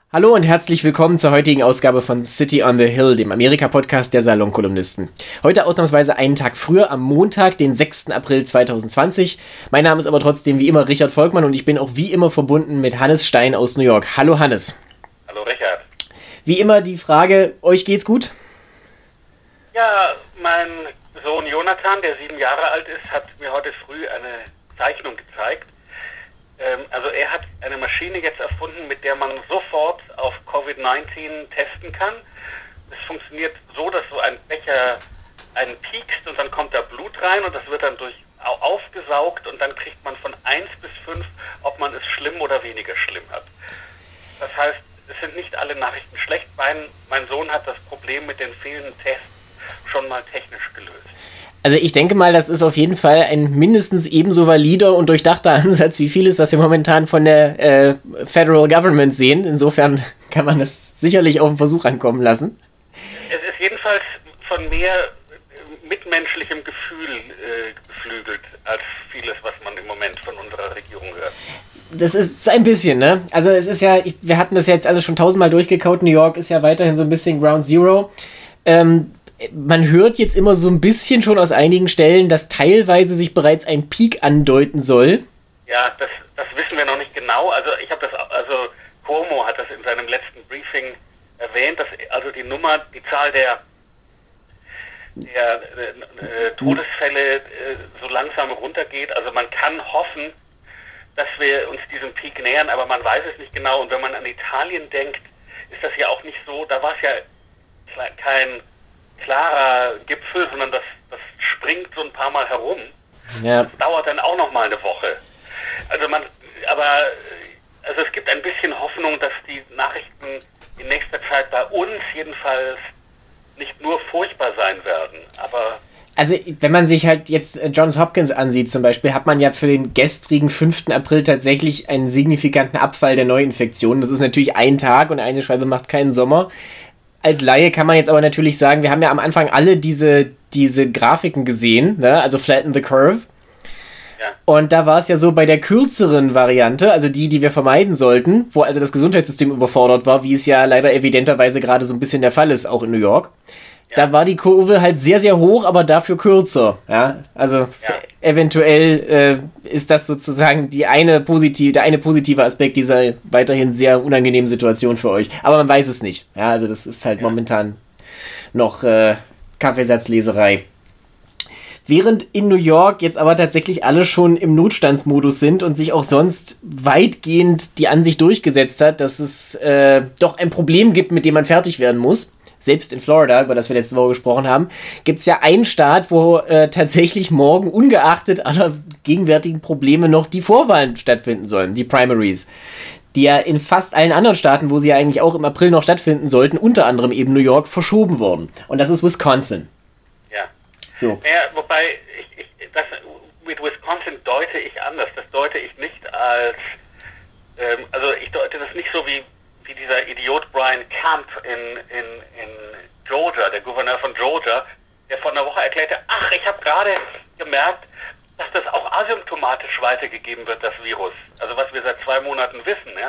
Hallo und herzlich willkommen zur heutigen Ausgabe von City on the Hill, dem Amerika-Podcast der Salonkolumnisten. Heute ausnahmsweise einen Tag früher, am Montag, den 6. April 2020. Mein Name ist aber trotzdem wie immer Richard Volkmann und ich bin auch wie immer verbunden mit Hannes Stein aus New York. Hallo Hannes. Hallo Richard. Wie immer die Frage, euch geht's gut? Ja, mein Sohn Jonathan, der 7 Jahre alt ist, hat mir heute früh eine Zeichnung gezeigt. Also er hat eine Maschine jetzt erfunden, mit der man sofort auf Covid-19 testen kann. Es funktioniert so, dass so ein Becher einen piekst und dann kommt da Blut rein und das wird dann aufgesaugt und dann kriegt man von 1 bis 5, ob man es schlimm oder weniger schlimm hat. Das heißt, es sind nicht alle Nachrichten schlecht. Mein Sohn hat das Problem mit den fehlenden Tests schon mal technisch gelöst. Also ich denke mal, das ist auf jeden Fall ein mindestens ebenso valider und durchdachter Ansatz wie vieles, was wir momentan von der Federal Government sehen. Insofern kann man das sicherlich auf den Versuch ankommen lassen. Es ist jedenfalls von mehr mitmenschlichem Gefühl geflügelt als vieles, was man im Moment von unserer Regierung hört. Das ist so ein bisschen, ne? Also es ist ja, wir hatten das jetzt alles schon 1000-mal durchgekaut. New York ist ja weiterhin so ein bisschen Ground Zero. Man hört jetzt immer so ein bisschen schon aus einigen Stellen, dass teilweise sich bereits ein Peak andeuten soll. Ja, das wissen wir noch nicht genau. Also Cuomo hat das in seinem letzten Briefing erwähnt, dass also die Zahl der Todesfälle so langsam runtergeht. Also man kann hoffen, dass wir uns diesem Peak nähern, aber man weiß es nicht genau. Und wenn man an Italien denkt, ist das ja auch nicht so, da war es ja kein klarer Gipfel, sondern das springt so ein paar Mal herum. Ja. Das dauert dann auch noch mal eine Woche. Also es gibt ein bisschen Hoffnung, dass die Nachrichten in nächster Zeit bei uns jedenfalls nicht nur furchtbar sein werden, aber... Also, wenn man sich halt jetzt Johns Hopkins ansieht zum Beispiel, hat man ja für den gestrigen 5. April tatsächlich einen signifikanten Abfall der Neuinfektionen. Das ist natürlich ein Tag und eine Scheibe macht keinen Sommer. Als Laie kann man jetzt aber natürlich sagen, wir haben ja am Anfang alle diese Grafiken gesehen, ne? Also Flatten the Curve. Ja. Und da war es ja so bei der kürzeren Variante, also die wir vermeiden sollten, wo also das Gesundheitssystem überfordert war, wie es ja leider evidenterweise gerade so ein bisschen der Fall ist, auch in New York. Ja. Da war die Kurve halt sehr, sehr hoch, aber dafür kürzer. Ja? Also eventuell ist das sozusagen der eine positive Aspekt dieser weiterhin sehr unangenehmen Situation für euch. Aber man weiß es nicht. Ja, also das ist halt momentan noch Kaffeesatzleserei. Während in New York jetzt aber tatsächlich alle schon im Notstandsmodus sind und sich auch sonst weitgehend die Ansicht durchgesetzt hat, dass es doch ein Problem gibt, mit dem man fertig werden muss. Selbst in Florida, über das wir letzte Woche gesprochen haben, gibt es ja einen Staat, wo tatsächlich morgen ungeachtet aller gegenwärtigen Probleme noch die Vorwahlen stattfinden sollen, die Primaries, die ja in fast allen anderen Staaten, wo sie ja eigentlich auch im April noch stattfinden sollten, unter anderem eben New York, verschoben wurden. Und das ist Wisconsin. Ja. So. Ja, wobei, das mit Wisconsin deute ich anders. Das deute ich nicht als, ich deute das nicht so wie dieser Idiot Brian Kemp in Georgia, der Gouverneur von Georgia, der vor einer Woche erklärte, ich habe gerade gemerkt, dass das auch asymptomatisch weitergegeben wird, das Virus. Also was wir seit 2 Monaten wissen, ja.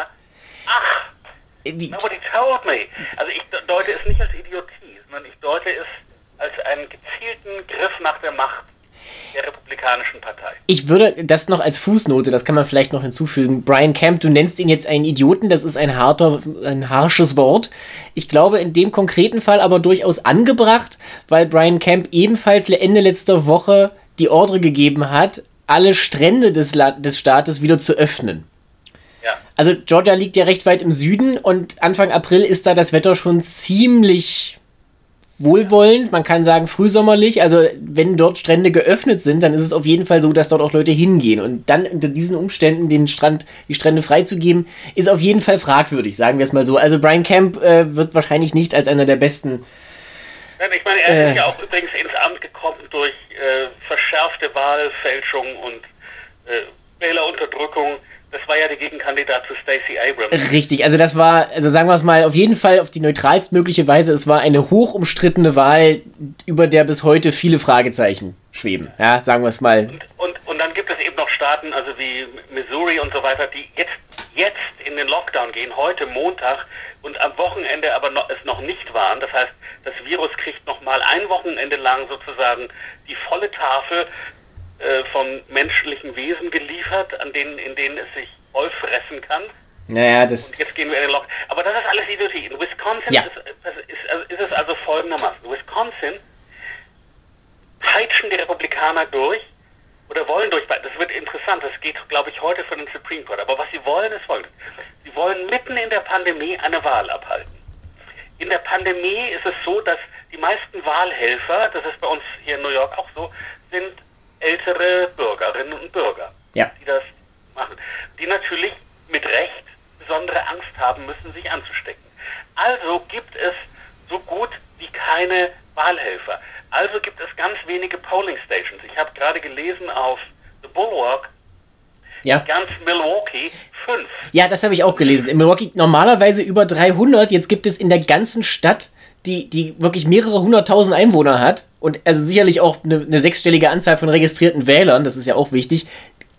Nobody told me. Also ich deute es nicht als Idiotie, sondern ich deute es als einen gezielten Griff nach der Macht der Republikanischen Partei. Ich würde das noch als Fußnote, das kann man vielleicht noch hinzufügen. Brian Kemp, du nennst ihn jetzt einen Idioten, das ist ein harsches Wort. Ich glaube in dem konkreten Fall aber durchaus angebracht, weil Brian Kemp ebenfalls Ende letzter Woche die Ordre gegeben hat, alle Strände des Staates wieder zu öffnen. Ja. Also Georgia liegt ja recht weit im Süden und Anfang April ist da das Wetter schon ziemlich wohlwollend, man kann sagen frühsommerlich, also wenn dort Strände geöffnet sind, dann ist es auf jeden Fall so, dass dort auch Leute hingehen und dann unter diesen Umständen die Strände freizugeben, ist auf jeden Fall fragwürdig, sagen wir es mal so. Also Brian Kemp wird wahrscheinlich nicht als einer der besten... Ich meine, er ist ja auch übrigens ins Amt gekommen durch verschärfte Wahlfälschung und Wählerunterdrückung. Das war ja der Gegenkandidat zu Stacey Abrams. Richtig, also das war, also sagen wir es mal, auf jeden Fall auf die neutralstmögliche Weise, es war eine hochumstrittene Wahl, über der bis heute viele Fragezeichen schweben, sagen wir es mal. Und dann gibt es eben noch Staaten, also wie Missouri und so weiter, die jetzt in den Lockdown gehen, heute Montag, und am Wochenende aber es noch nicht waren. Das heißt, das Virus kriegt nochmal ein Wochenende lang sozusagen die volle Tafel von menschlichen Wesen geliefert, in denen es sich voll fressen kann. Naja, das... Und jetzt gehen wir in den Lockdown. Aber das ist alles Idiotie. In Wisconsin ist es also folgendermaßen. In Wisconsin peitschen die Republikaner durch, oder wollen durch, das wird interessant, das geht, glaube ich, heute von den Supreme Court, aber was sie wollen, ist folgendes. Sie wollen mitten in der Pandemie eine Wahl abhalten. In der Pandemie ist es so, dass die meisten Wahlhelfer, das ist bei uns hier in New York auch so, sind ältere Bürgerinnen und Bürger, die das machen, die natürlich mit Recht besondere Angst haben müssen, sich anzustecken. Also gibt es so gut wie keine Wahlhelfer. Also gibt es ganz wenige Polling Stations. Ich habe gerade gelesen auf The Bulwark, ganz Milwaukee 5. Ja, das habe ich auch gelesen. In Milwaukee normalerweise über 300. Jetzt gibt es in der ganzen Stadt, die wirklich mehrere 100.000 Einwohner hat und also sicherlich auch eine sechsstellige Anzahl von registrierten Wählern, das ist ja auch wichtig,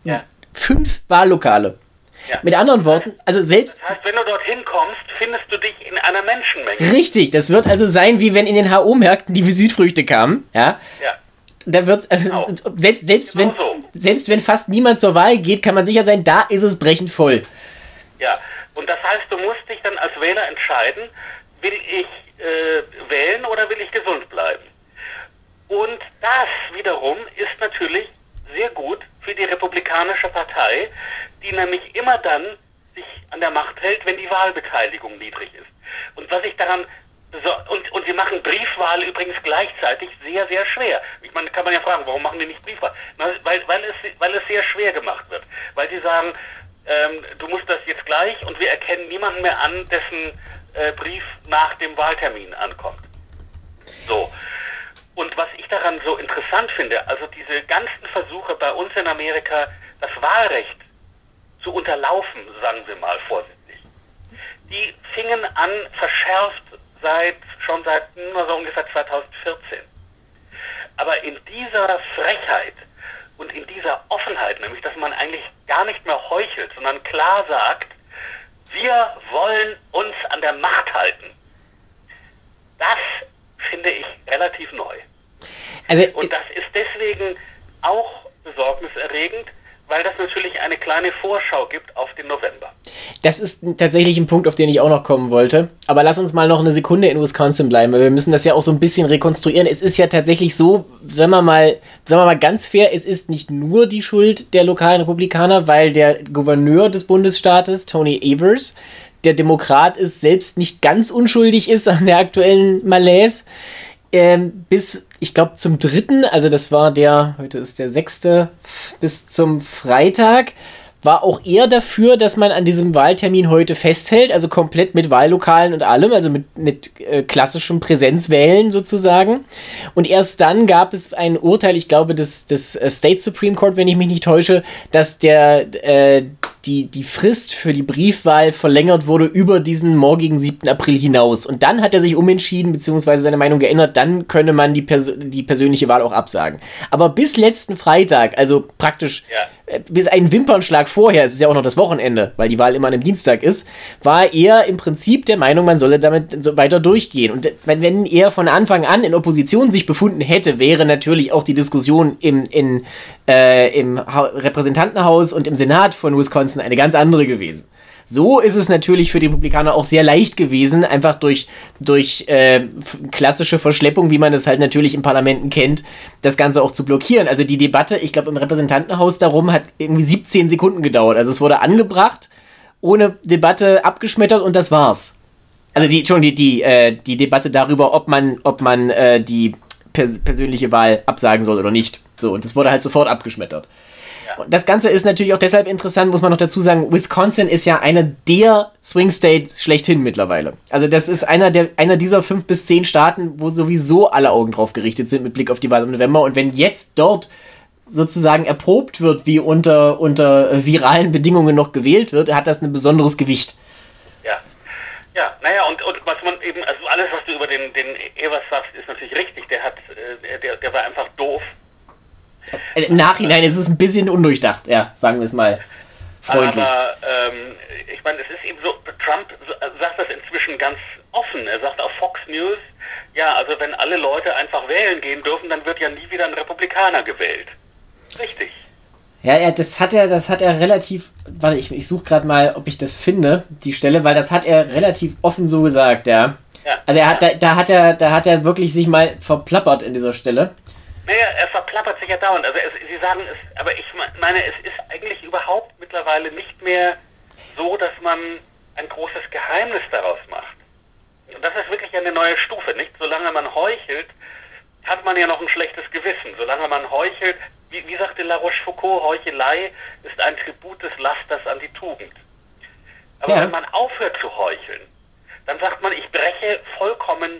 5 Wahllokale. Ja. Mit anderen Worten, also selbst... Das heißt, wenn du dorthin kommst, findest du dich in einer Menschenmenge. Richtig, das wird also sein, wie wenn in den HO-Märkten die Südfrüchte kamen. Ja. Da wird, also selbst wenn fast niemand zur Wahl geht, kann man sicher sein, da ist es brechend voll. Ja, und das heißt, du musst dich dann als Wähler entscheiden, will ich wählen oder will ich gesund bleiben? Und das wiederum ist natürlich sehr gut für die Republikanische Partei, die nämlich immer dann sich an der Macht hält, wenn die Wahlbeteiligung niedrig ist. Und was ich daran und sie machen Briefwahl übrigens gleichzeitig sehr, sehr schwer. Ich meine, kann man ja fragen, warum machen die nicht Briefwahl? Weil es sehr schwer gemacht wird. Weil sie sagen, du musst das jetzt gleich und wir erkennen niemanden mehr an, dessen Brief nach dem Wahltermin ankommt. So. Und was ich daran so interessant finde, also diese ganzen Versuche bei uns in Amerika, das Wahlrecht zu unterlaufen, sagen wir mal vorsichtig, die fingen an, verschärft schon seit so ungefähr 2014. Aber in dieser Frechheit und in dieser Offenheit, nämlich dass man eigentlich gar nicht mehr heuchelt, sondern klar sagt, wir wollen uns an der Macht halten, das finde ich relativ neu. Und das ist deswegen auch besorgniserregend, weil das natürlich eine kleine Vorschau gibt auf den November. Das ist tatsächlich ein Punkt, auf den ich auch noch kommen wollte. Aber lass uns mal noch eine Sekunde in Wisconsin bleiben, weil wir müssen das ja auch so ein bisschen rekonstruieren. Es ist ja tatsächlich so, sagen wir mal ganz fair, es ist nicht nur die Schuld der lokalen Republikaner, weil der Gouverneur des Bundesstaates, Tony Evers, der Demokrat ist, selbst nicht ganz unschuldig ist an der aktuellen Malaise. Bis, ich glaube, zum 3., also das war heute ist der 6., bis zum Freitag, war auch er dafür, dass man an diesem Wahltermin heute festhält, also komplett mit Wahllokalen und allem, also mit klassischem Präsenzwählen sozusagen. Und erst dann gab es ein Urteil, ich glaube, des State Supreme Court, wenn ich mich nicht täusche, dass die Frist für die Briefwahl verlängert wurde über diesen morgigen 7. April hinaus. Und dann hat er sich umentschieden, beziehungsweise seine Meinung geändert, dann könne man die persönliche Wahl auch absagen. Aber bis letzten Freitag, also praktisch bis einen Wimpernschlag vorher, es ist ja auch noch das Wochenende, weil die Wahl immer an einem Dienstag ist, war er im Prinzip der Meinung, man solle damit so weiter durchgehen. Und wenn er von Anfang an in Opposition sich befunden hätte, wäre natürlich auch die Diskussion im Repräsentantenhaus und im Senat von Wisconsin eine ganz andere gewesen. So ist es natürlich für die Republikaner auch sehr leicht gewesen, einfach durch klassische Verschleppung, wie man es halt natürlich in Parlamenten kennt, das Ganze auch zu blockieren. Also die Debatte, ich glaube im Repräsentantenhaus darum, hat irgendwie 17 Sekunden gedauert. Also es wurde angebracht, ohne Debatte abgeschmettert und das war's. Also die Debatte darüber, ob man die persönliche Wahl absagen soll oder nicht. So, und das wurde halt sofort abgeschmettert. Und das Ganze ist natürlich auch deshalb interessant, muss man noch dazu sagen, Wisconsin ist ja einer der Swing States schlechthin mittlerweile. Also das ist einer dieser 5 bis 10 Staaten, wo sowieso alle Augen drauf gerichtet sind mit Blick auf die Wahl im November. Und wenn jetzt dort sozusagen erprobt wird, wie unter viralen Bedingungen noch gewählt wird, hat das ein besonderes Gewicht. Ja, naja, und was man eben, also alles, was du über den Evers sagst, ist natürlich richtig. Der war einfach doof. Im Nachhinein ist es ein bisschen undurchdacht, ja, sagen wir es mal. freundlich. Aber ich meine, es ist eben so, Trump sagt das inzwischen ganz offen. Er sagt auf Fox News, ja, also wenn alle Leute einfach wählen gehen dürfen, dann wird ja nie wieder ein Republikaner gewählt. Richtig. Ja, das hat er relativ, warte, ich suche gerade mal, ob ich das finde, die Stelle, weil das hat er relativ offen so gesagt, ja. Also da hat er wirklich sich mal verplappert in dieser Stelle. Naja, er verplappert sich ja dauernd. Also Sie sagen es, aber ich meine, es ist eigentlich überhaupt mittlerweile nicht mehr so, dass man ein großes Geheimnis daraus macht. Und das ist wirklich eine neue Stufe, nicht? Solange man heuchelt, hat man ja noch ein schlechtes Gewissen. Solange man heuchelt, wie sagte La Rochefoucauld, Heuchelei ist ein Tribut des Lasters an die Tugend. Aber wenn man aufhört zu heucheln, dann sagt man, ich breche vollkommen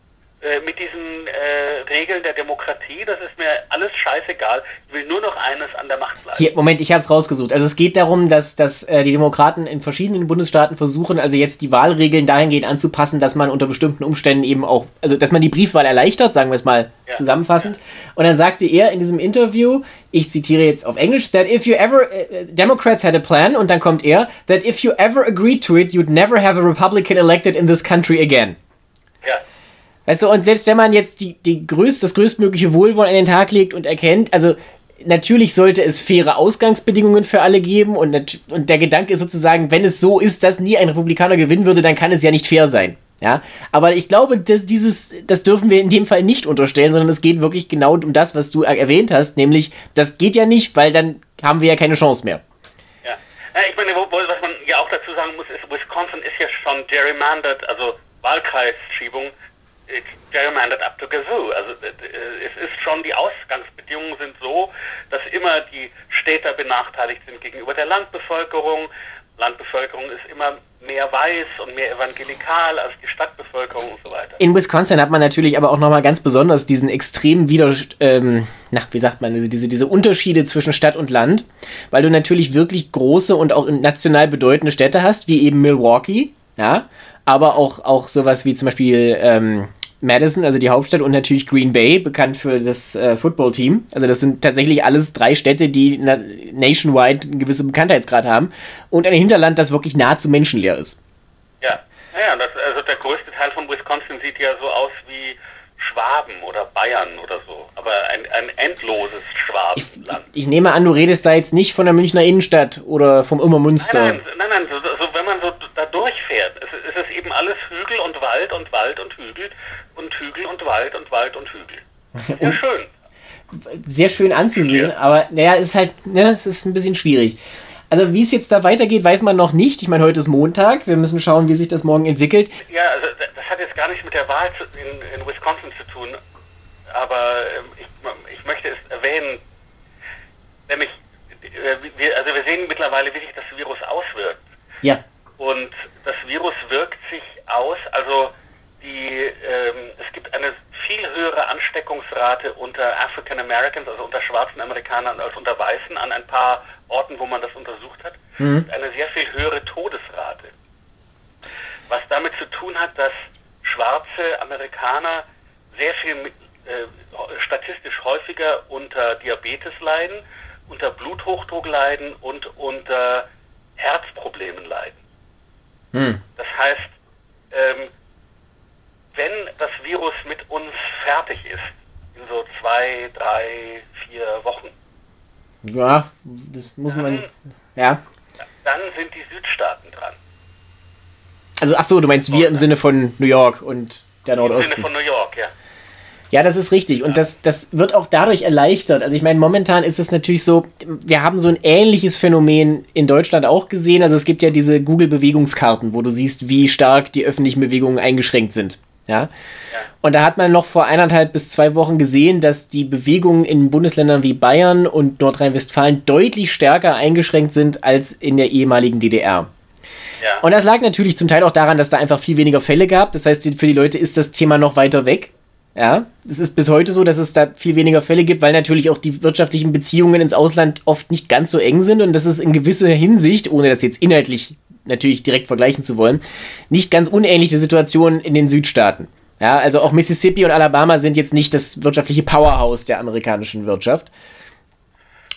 mit diesen Regeln der Demokratie, das ist mir alles scheißegal, ich will nur noch eines, an der Macht bleiben. Hier, Moment, ich habe es rausgesucht. Also es geht darum, dass die Demokraten in verschiedenen Bundesstaaten versuchen, also jetzt die Wahlregeln dahingehend anzupassen, dass man unter bestimmten Umständen eben auch, also dass man die Briefwahl erleichtert, sagen wir es mal zusammenfassend. Und dann sagte er in diesem Interview, ich zitiere jetzt auf Englisch, that if you ever, Democrats had a plan, und dann kommt er, that if you ever agreed to it, you'd never have a Republican elected in this country again. Ja. Weißt du, und selbst wenn man jetzt das größtmögliche Wohlwollen an den Tag legt und erkennt, also natürlich sollte es faire Ausgangsbedingungen für alle geben und der Gedanke ist sozusagen, wenn es so ist, dass nie ein Republikaner gewinnen würde, dann kann es ja nicht fair sein. Ja, aber ich glaube, das dürfen wir in dem Fall nicht unterstellen, sondern es geht wirklich genau um das, was du erwähnt hast, nämlich, das geht ja nicht, weil dann haben wir ja keine Chance mehr. Ja, ich meine, was man ja auch dazu sagen muss, ist, Wisconsin ist ja schon gerrymandered, also Wahlkreisschiebung, gerrymandered up to Gazoo. Also es ist schon, die Ausgangsbedingungen sind so, dass immer die Städter benachteiligt sind gegenüber der Landbevölkerung. Landbevölkerung ist immer mehr weiß und mehr evangelikal als die Stadtbevölkerung und so weiter. In Wisconsin hat man natürlich aber auch nochmal ganz besonders diesen extremen diese Unterschiede zwischen Stadt und Land, weil du natürlich wirklich große und auch national bedeutende Städte hast, wie eben Milwaukee, ja, aber auch sowas wie zum Beispiel Madison, also die Hauptstadt, und natürlich Green Bay, bekannt für das Footballteam. Also das sind tatsächlich alles 3 Städte, die nationwide einen gewissen Bekanntheitsgrad haben und ein Hinterland, das wirklich nahezu menschenleer ist. Ja, also der größte Teil von Wisconsin sieht ja so aus wie Schwaben oder Bayern oder so, aber ein endloses Schwabenland. Ich nehme an, du redest da jetzt nicht von der Münchner Innenstadt oder vom Ummermünster. Nein, so, wenn man so da durchfährt, es ist eben alles Hügel und Wald und Wald und Hügel und Hügel und Wald und Wald und Hügel. Sehr schön. Sehr schön anzusehen, aber naja, ist halt, es ist ein bisschen schwierig. Also wie es jetzt da weitergeht, weiß man noch nicht. Ich meine, heute ist Montag, wir müssen schauen, wie sich das morgen entwickelt. Ja, also das hat jetzt gar nichts mit der Wahl in Wisconsin zu tun, aber ich möchte es erwähnen, nämlich, wir sehen mittlerweile, wie sich das Virus auswirkt. Ja. Und das Virus wirkt sich aus, also es gibt eine viel höhere Ansteckungsrate unter African Americans, also unter schwarzen Amerikanern, als unter Weißen an ein paar Orten, wo man das untersucht hat. Eine sehr viel höhere Todesrate. Was damit zu tun hat, dass schwarze Amerikaner sehr viel statistisch häufiger unter Diabetes leiden, unter Bluthochdruck leiden und unter Herzproblemen leiden. Das heißt, wenn das Virus mit uns fertig ist, in so 2, 3, 4 Wochen. Ja, das muss man, ja. Dann sind die Südstaaten dran. Also, ach so, du meinst wir im Sinne von New York und der Nordosten. Im Sinne von New York, ja. Ja, das ist richtig. Und das wird auch dadurch erleichtert. Also ich meine, momentan ist es natürlich so, wir haben so ein ähnliches Phänomen in Deutschland auch gesehen. Also es gibt ja diese Google-Bewegungskarten, wo du siehst, wie stark die öffentlichen Bewegungen eingeschränkt sind. Ja. Und da hat man noch vor 1,5 bis 2 Wochen gesehen, dass die Bewegungen in Bundesländern wie Bayern und Nordrhein-Westfalen deutlich stärker eingeschränkt sind als in der ehemaligen DDR. Ja. Und das lag natürlich zum Teil auch daran, dass da einfach viel weniger Fälle gab. Das heißt, für die Leute ist das Thema noch weiter weg. Ja, es ist bis heute so, dass es da viel weniger Fälle gibt, weil natürlich auch die wirtschaftlichen Beziehungen ins Ausland oft nicht ganz so eng sind und das ist in gewisser Hinsicht, ohne das jetzt inhaltlich natürlich direkt vergleichen zu wollen, nicht ganz unähnliche Situationen in den Südstaaten. Ja, also auch Mississippi und Alabama sind jetzt nicht das wirtschaftliche Powerhouse der amerikanischen Wirtschaft.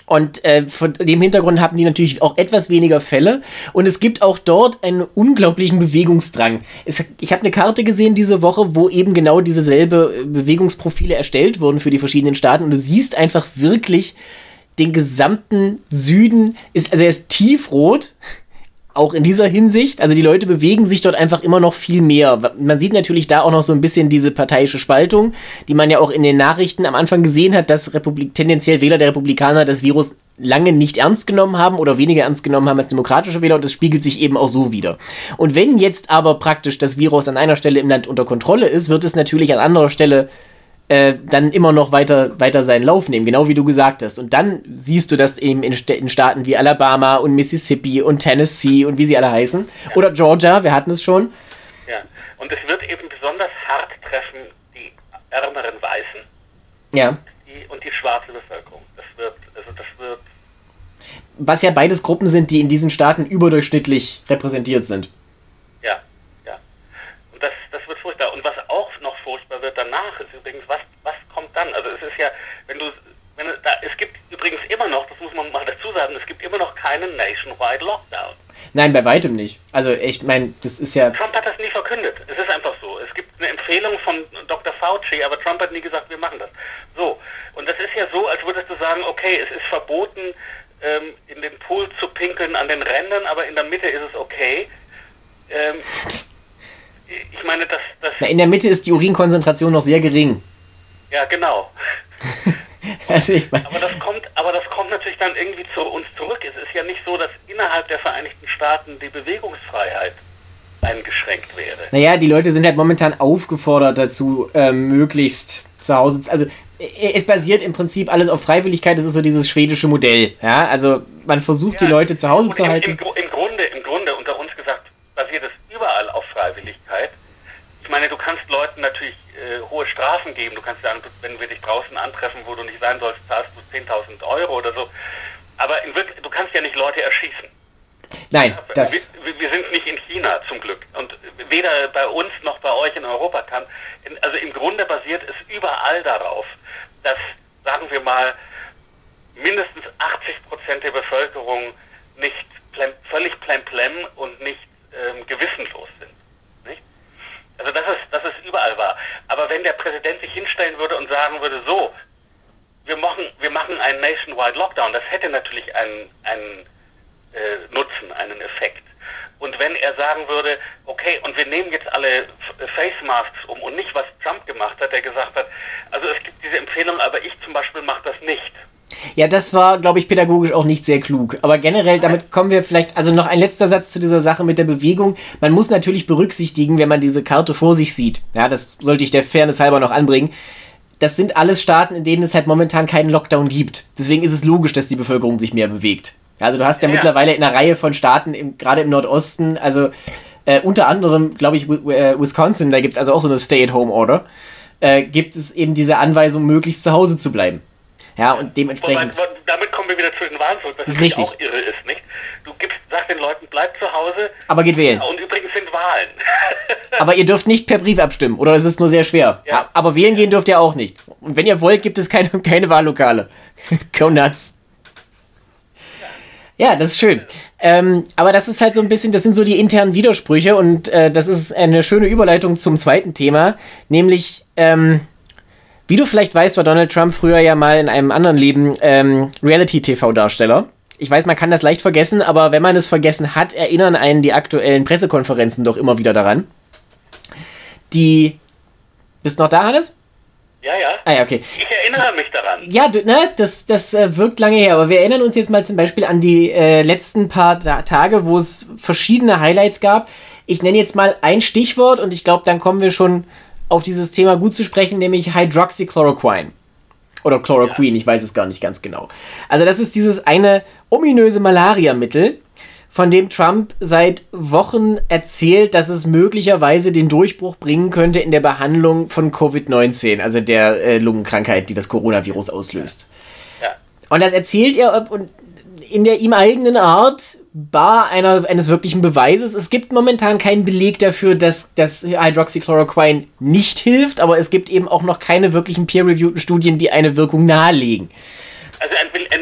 Und von dem Hintergrund haben die natürlich auch etwas weniger Fälle. Und es gibt auch dort einen unglaublichen Bewegungsdrang. Ich habe eine Karte gesehen diese Woche, wo eben genau dieselbe Bewegungsprofile erstellt wurden für die verschiedenen Staaten. Und du siehst einfach wirklich den gesamten Süden. Er ist tiefrot. Auch in dieser Hinsicht, also die Leute bewegen sich dort einfach immer noch viel mehr. Man sieht natürlich da auch noch so ein bisschen diese parteiische Spaltung, die man ja auch in den Nachrichten am Anfang gesehen hat, dass tendenziell Wähler der Republikaner das Virus lange nicht ernst genommen haben oder weniger ernst genommen haben als demokratische Wähler, und das spiegelt sich eben auch so wider. Und wenn jetzt aber praktisch das Virus an einer Stelle im Land unter Kontrolle ist, wird es natürlich an anderer Stelle dann immer noch weiter seinen Lauf nehmen, genau wie du gesagt hast. Und dann siehst du das eben in Staaten wie Alabama und Mississippi und Tennessee und wie sie alle heißen. Ja. Oder Georgia, wir hatten es schon. Ja, und es wird eben besonders hart treffen, die ärmeren Weißen, ja, und die schwarze Bevölkerung. Das wird... Was ja beides Gruppen sind, die in diesen Staaten überdurchschnittlich repräsentiert sind. Ja. Und das wird furchtbar. Und was auch noch furchtbar wird danach, ist übrigens, was kommt dann? Also es ist ja, es gibt übrigens immer noch, das muss man mal dazu sagen, es gibt immer noch keinen nationwide Lockdown. Nein, bei weitem nicht. Also ich meine, das ist ja... Trump hat das nie verkündet. Es ist einfach so. Es gibt eine Empfehlung von Dr. Fauci, aber Trump hat nie gesagt, wir machen das. So. Und das ist ja so, als würdest du sagen, okay, es ist verboten, in den Pool zu pinkeln an den Rändern, aber in der Mitte ist es okay. Ich meine, in der Mitte ist die Urinkonzentration noch sehr gering. Ja, genau. Also aber das kommt natürlich dann irgendwie zu uns zurück. Es ist ja nicht so, dass innerhalb der Vereinigten Staaten die Bewegungsfreiheit eingeschränkt wäre. Naja, die Leute sind halt momentan aufgefordert dazu, möglichst zu Hause... Also es basiert im Prinzip alles auf Freiwilligkeit. Das ist so dieses schwedische Modell. Ja, also man versucht, die Leute zu Hause zu halten. Im Grunde, unter uns gesagt, basiert es überall auf Freiwilligkeit. Ich meine, du kannst Leuten natürlich hohe Strafen geben. Du kannst sagen, wenn wir dich draußen antreffen, wo du nicht sein sollst, zahlst du 10.000 Euro oder so. Aber in Wirklichkeit, du kannst ja nicht Leute erschießen. Nein, wir sind nicht in China, zum Glück. Und weder bei uns noch bei euch in Europa also im Grunde basiert es überall darauf, dass, sagen wir mal, mindestens 80% der Bevölkerung nicht völlig plemplem und nicht gewissenlos sind. Nicht? Also das ist überall wahr. Aber wenn der Präsident sich hinstellen würde und sagen würde, so, wir machen einen nationwide Lockdown, das hätte natürlich einen Nutzen, einen Effekt. Und wenn er sagen würde, okay, und wir nehmen jetzt alle Face Masks und nicht, was Trump gemacht hat, der gesagt hat, also es gibt diese Empfehlung, aber ich zum Beispiel mache das nicht. Ja, das war, glaube ich, pädagogisch auch nicht sehr klug. Aber generell, damit kommen wir vielleicht, also noch ein letzter Satz zu dieser Sache mit der Bewegung. Man muss natürlich berücksichtigen, wenn man diese Karte vor sich sieht, ja, das sollte ich der Fairness halber noch anbringen, das sind alles Staaten, in denen es halt momentan keinen Lockdown gibt. Deswegen ist es logisch, dass die Bevölkerung sich mehr bewegt. Also du hast ja mittlerweile in einer Reihe von Staaten, gerade im Nordosten, also unter anderem, glaube ich, Wisconsin, da gibt es also auch so eine Stay-at-Home-Order, gibt es eben diese Anweisung, möglichst zu Hause zu bleiben. Ja, und dementsprechend... Damit kommen wir wieder zu den Wahlen zurück, was natürlich auch irre ist, nicht? Du sagst den Leuten, bleibt zu Hause. Aber geht wählen. Ja, und übrigens sind Wahlen. Aber ihr dürft nicht per Brief abstimmen, oder es ist nur sehr schwer. Ja. Aber wählen gehen dürft ihr auch nicht. Und wenn ihr wollt, gibt es keine Wahllokale. Go nuts. Ja, das ist schön. Aber das ist halt so ein bisschen, das sind so die internen Widersprüche, und das ist eine schöne Überleitung zum zweiten Thema, nämlich, wie du vielleicht weißt, war Donald Trump früher ja mal in einem anderen Leben Reality-TV-Darsteller. Ich weiß, man kann das leicht vergessen, aber wenn man es vergessen hat, erinnern einen die aktuellen Pressekonferenzen doch immer wieder daran. Bist du noch da, Hannes? Ja. Ah ja, okay. Ich erinnere mich daran. Ja, das wirkt lange her, aber wir erinnern uns jetzt mal zum Beispiel an die letzten paar Tage, wo es verschiedene Highlights gab. Ich nenne jetzt mal ein Stichwort, und ich glaube, dann kommen wir schon auf dieses Thema gut zu sprechen, nämlich Hydroxychloroquine. Oder Chloroquine, ich weiß es gar nicht ganz genau. Also das ist dieses eine ominöse Malariamittel, von dem Trump seit Wochen erzählt, dass es möglicherweise den Durchbruch bringen könnte in der Behandlung von Covid-19, also der Lungenkrankheit, die das Coronavirus auslöst. Ja. Und das erzählt er in der ihm eigenen Art, bar eines wirklichen Beweises. Es gibt momentan keinen Beleg dafür, dass das Hydroxychloroquine nicht hilft, aber es gibt eben auch noch keine wirklichen peer-reviewten Studien, die eine Wirkung nahelegen. Also ein Beleg gibt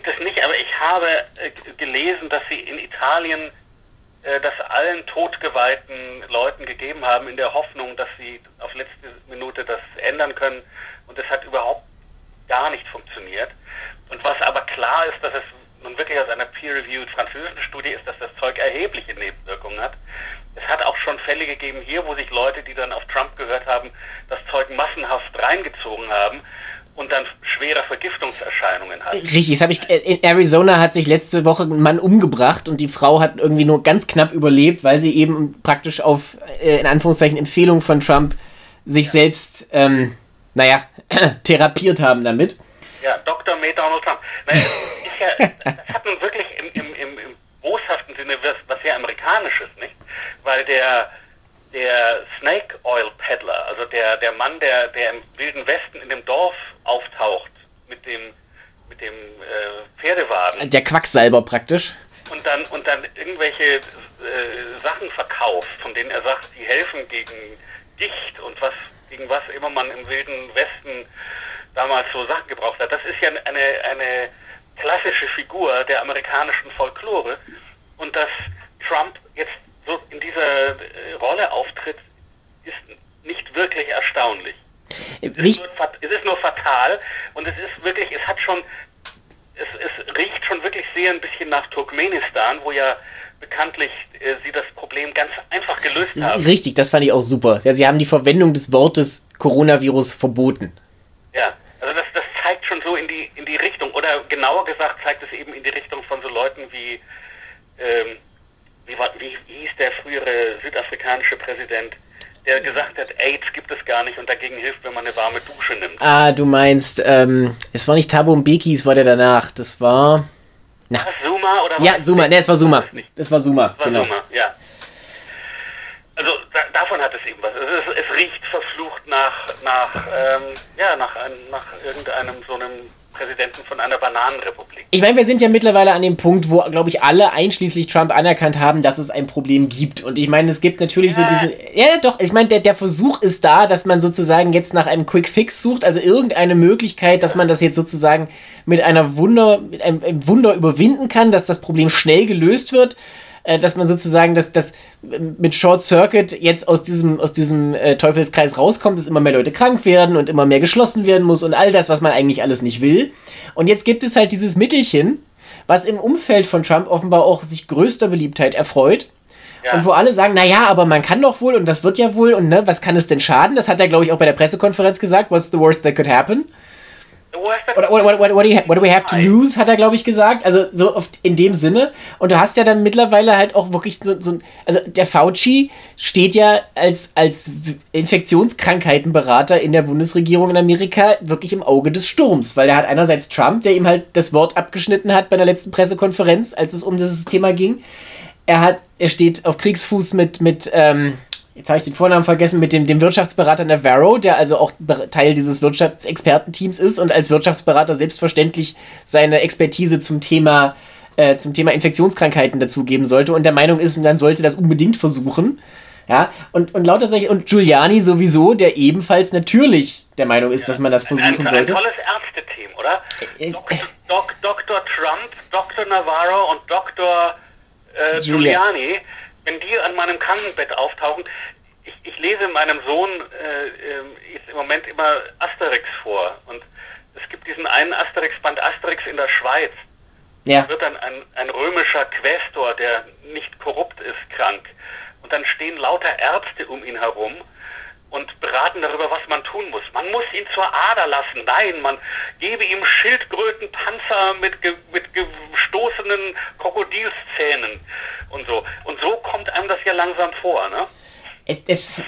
gibt es nicht, aber ich habe gelesen, dass sie in Italien das allen totgeweihten Leuten gegeben haben, in der Hoffnung, dass sie auf letzte Minute das ändern können. Und es hat überhaupt gar nicht funktioniert. Und was aber klar ist, dass es nun wirklich aus einer peer-reviewed französischen Studie ist, dass das Zeug erhebliche Nebenwirkungen hat. Es hat auch schon Fälle gegeben hier, wo sich Leute, die dann auf Trump gehört haben, das Zeug massenhaft reingezogen haben und dann schwere Vergiftungserscheinungen hatten. Richtig, das habe ich. In Arizona hat sich letzte Woche ein Mann umgebracht und die Frau hat irgendwie nur ganz knapp überlebt, weil sie eben praktisch auf, in Anführungszeichen, Empfehlung von Trump sich selbst, therapiert haben damit. Ja, Dr. May Donald Trump. Naja, das hat nun wirklich im boshaften Sinne was sehr Amerikanisches, nicht? Weil der Snake Oil Peddler, also der Mann, der im Wilden Westen in dem Dorf auftaucht mit dem Pferdewagen. Der Quacksalber praktisch. Und dann irgendwelche Sachen verkauft, von denen er sagt, die helfen gegen Gicht und gegen was immer man im Wilden Westen damals so Sachen gebraucht hat. Das ist ja eine klassische Figur der amerikanischen Folklore. Und dass Trump jetzt so in dieser Rolle auftritt, ist nicht wirklich erstaunlich. Es ist nur fatal und es riecht schon wirklich sehr ein bisschen nach Turkmenistan, wo ja bekanntlich sie das Problem ganz einfach gelöst haben. Richtig, das fand ich auch super. Ja, sie haben die Verwendung des Wortes Coronavirus verboten. Ja, also das zeigt schon so in die Richtung, oder genauer gesagt zeigt es eben in die Richtung von so Leuten wie hieß der frühere südafrikanische Präsident, der gesagt hat, AIDS gibt es gar nicht und dagegen hilft, wenn man eine warme Dusche nimmt. Ah, du meinst, es war nicht Thabo Mbeki, es war der danach, das war... War das Zuma? Oder ja, Zuma, es war Zuma. Es war Zuma, genau. Zuma, ja. Also davon hat es eben was. Es riecht verflucht nach irgendeinem so einem Präsidenten von einer Bananenrepublik. Ich meine, wir sind ja mittlerweile an dem Punkt, wo, glaube ich, alle, einschließlich Trump, anerkannt haben, dass es ein Problem gibt. Und ich meine, es gibt natürlich so diesen... Ja, doch, ich meine, der Versuch ist da, dass man sozusagen jetzt nach einem Quick Fix sucht, also irgendeine Möglichkeit, dass man das jetzt sozusagen mit einem Wunder überwinden kann, dass das Problem schnell gelöst wird, dass man sozusagen das mit Short Circuit jetzt aus diesem Teufelskreis rauskommt, dass immer mehr Leute krank werden und immer mehr geschlossen werden muss und all das, was man eigentlich alles nicht will. Und jetzt gibt es halt dieses Mittelchen, was im Umfeld von Trump offenbar auch sich größter Beliebtheit erfreut. Ja. Und wo alle sagen, naja, aber man kann doch wohl und das wird ja wohl und ne, was kann es denn schaden? Das hat er, glaube ich, auch bei der Pressekonferenz gesagt. What's the worst that could happen? Oder what do we have to lose, hat er, glaube ich, gesagt. Also so oft in dem Sinne. Und du hast ja dann mittlerweile halt auch wirklich also der Fauci steht ja als Infektionskrankheitenberater in der Bundesregierung in Amerika wirklich im Auge des Sturms, weil er hat einerseits Trump, der ihm halt das Wort abgeschnitten hat bei der letzten Pressekonferenz, als es um dieses Thema ging. Er steht auf Kriegsfuß mit jetzt habe ich den Vornamen vergessen, mit dem Wirtschaftsberater Navarro, der also auch Teil dieses Wirtschaftsexpertenteams ist und als Wirtschaftsberater selbstverständlich seine Expertise zum Thema Infektionskrankheiten dazugeben sollte und der Meinung ist, man sollte das unbedingt versuchen. Ja, und lauter solche, und Giuliani sowieso, der ebenfalls natürlich der Meinung ist, dass man das versuchen sollte. Ein tolles Ärzteteam, oder? Dr. Trump, Dr. Navarro und Dr. Giuliani, wenn die an meinem Krankenbett auftauchen, ich lese meinem Sohn jetzt im Moment immer Asterix vor und es gibt diesen einen Asterix-Band, Asterix in der Schweiz. Ja. Da wird dann ein römischer Quästor, der nicht korrupt ist, krank. Und dann stehen lauter Ärzte um ihn herum und beraten darüber, was man tun muss. Man muss ihn zur Ader lassen. Nein, man gebe ihm Schildkrötenpanzer mit gestoßenen Krokodilszähnen und so. Und so kommt einem das ja langsam vor, ne? Es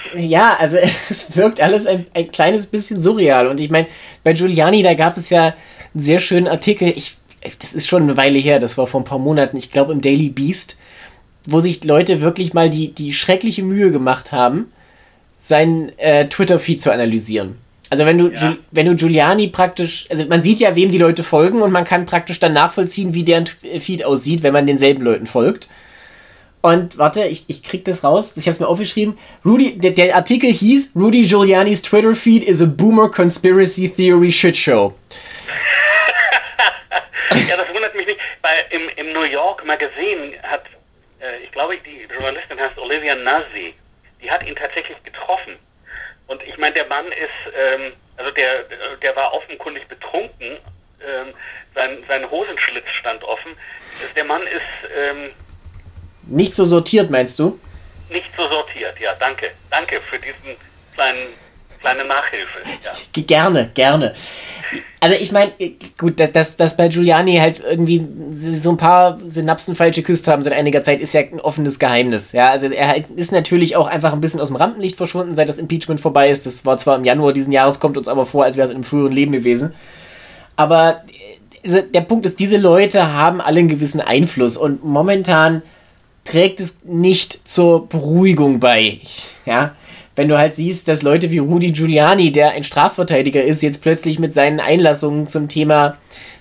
wirkt alles ein kleines bisschen surreal. Und ich meine, bei Giuliani, da gab es ja einen sehr schönen Artikel, das ist schon eine Weile her, das war vor ein paar Monaten, ich glaube im Daily Beast, wo sich Leute wirklich mal die schreckliche Mühe gemacht haben, seinen Twitter-Feed zu analysieren. Also wenn du Giuliani praktisch, also man sieht ja, wem die Leute folgen und man kann praktisch dann nachvollziehen, wie deren Feed aussieht, wenn man denselben Leuten folgt. Und warte, ich krieg das raus, ich hab's mir aufgeschrieben. Der Artikel hieß, Rudy Giuliani's Twitter-Feed is a Boomer Conspiracy Theory Shitshow. Ja, das wundert mich im New York Magazine hat, ich glaube, die Journalistin heißt Olivia Nazi, die hat ihn tatsächlich getroffen. Und ich meine, der Mann ist, also der war offenkundig betrunken, sein Hosenschlitz stand offen. Der Mann ist... nicht so sortiert, meinst du? Nicht so sortiert, ja, danke. Danke für diesen kleine Nachhilfe. Ja. Gerne. Also ich meine, gut, dass bei Giuliani halt irgendwie so ein paar Synapsen falsch geküsst haben seit einiger Zeit, ist ja ein offenes Geheimnis. Ja, also er ist natürlich auch einfach ein bisschen aus dem Rampenlicht verschwunden, seit das Impeachment vorbei ist. Das war zwar im Januar diesen Jahres, kommt uns aber vor, als wäre es in einem früheren Leben gewesen. Aber also der Punkt ist, diese Leute haben alle einen gewissen Einfluss und momentan trägt es nicht zur Beruhigung bei. Ja, wenn du halt siehst, dass Leute wie Rudy Giuliani, der ein Strafverteidiger ist, jetzt plötzlich mit seinen Einlassungen zum Thema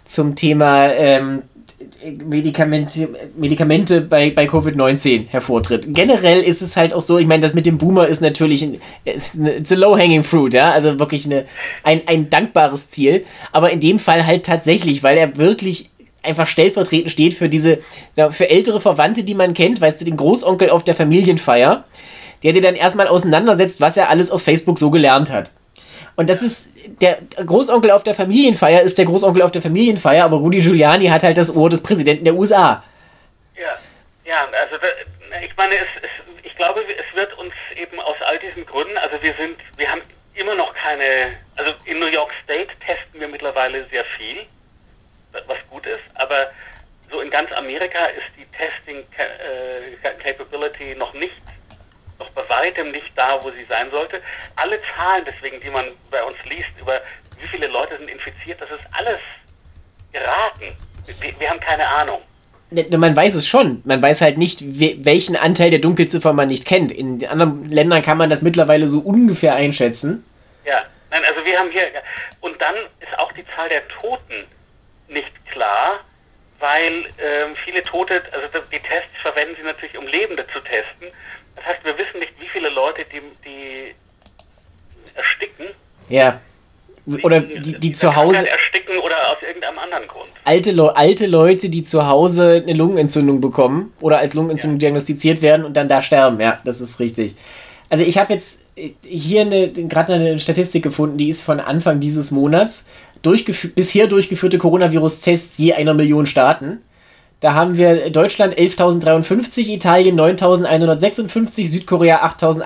Medikamente bei Covid-19 hervortritt. Generell ist es halt auch so, ich meine, das mit dem Boomer ist natürlich it's a low-hanging fruit, ja, also wirklich ein dankbares Ziel, aber in dem Fall halt tatsächlich, weil er wirklich einfach stellvertretend steht für für ältere Verwandte, die man kennt, weißt du, den Großonkel auf der Familienfeier, der dir dann erstmal auseinandersetzt, was er alles auf Facebook so gelernt hat. Und das ist, der Großonkel auf der Familienfeier ist der Großonkel auf der Familienfeier, aber Rudy Giuliani hat halt das Ohr des Präsidenten der USA. Ja, also ich meine, ich glaube, es wird uns eben aus all diesen Gründen, also wir haben immer noch keine, also in New York State testen wir mittlerweile sehr viel, was gut ist, aber so in ganz Amerika ist die Testing Capability noch bei weitem nicht da, wo sie sein sollte. Alle Zahlen deswegen, die man bei uns liest, über wie viele Leute sind infiziert, das ist alles geraten. Wir haben keine Ahnung. Man weiß es schon. Man weiß halt nicht, welchen Anteil der Dunkelziffer man nicht kennt. In anderen Ländern kann man das mittlerweile so ungefähr einschätzen. Ja, nein, also wir haben hier... Und dann ist auch die Zahl der Toten nicht klar, weil viele Tote, also die Tests verwenden sie natürlich, um Lebende zu testen. Das heißt, wir wissen nicht, wie viele Leute, die ersticken. Ja. Oder die zu Hause ersticken oder aus irgendeinem anderen Grund. Alte Leute, die zu Hause eine Lungenentzündung bekommen oder als Lungenentzündung diagnostiziert werden und dann da sterben. Ja, das ist richtig. Also ich habe jetzt hier gerade eine Statistik gefunden, die ist von Anfang dieses Monats. Bisher durchgeführte Coronavirus-Tests je 1 Million Staaten. Da haben wir Deutschland 11.053, Italien 9.156, Südkorea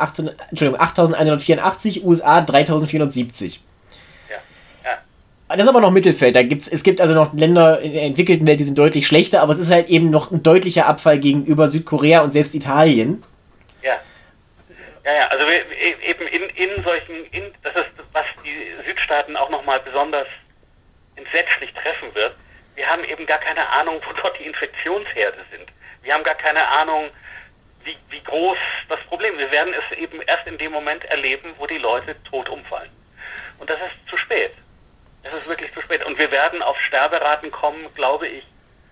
8.184, USA 3.470. Das ist aber noch Mittelfeld. Es gibt also noch Länder in der entwickelten Welt, die sind deutlich schlechter, aber es ist halt eben noch ein deutlicher Abfall gegenüber Südkorea und selbst Italien. Ja, also eben in solchen, das ist, was die Südstaaten auch nochmal besonders entsetzlich treffen wird. Wir haben eben gar keine Ahnung, wo dort die Infektionsherde sind. Wir haben gar keine Ahnung, wie groß das Problem ist. Wir werden es eben erst in dem Moment erleben, wo die Leute tot umfallen. Und das ist zu spät. Es ist wirklich zu spät. Und wir werden auf Sterberaten kommen, glaube ich.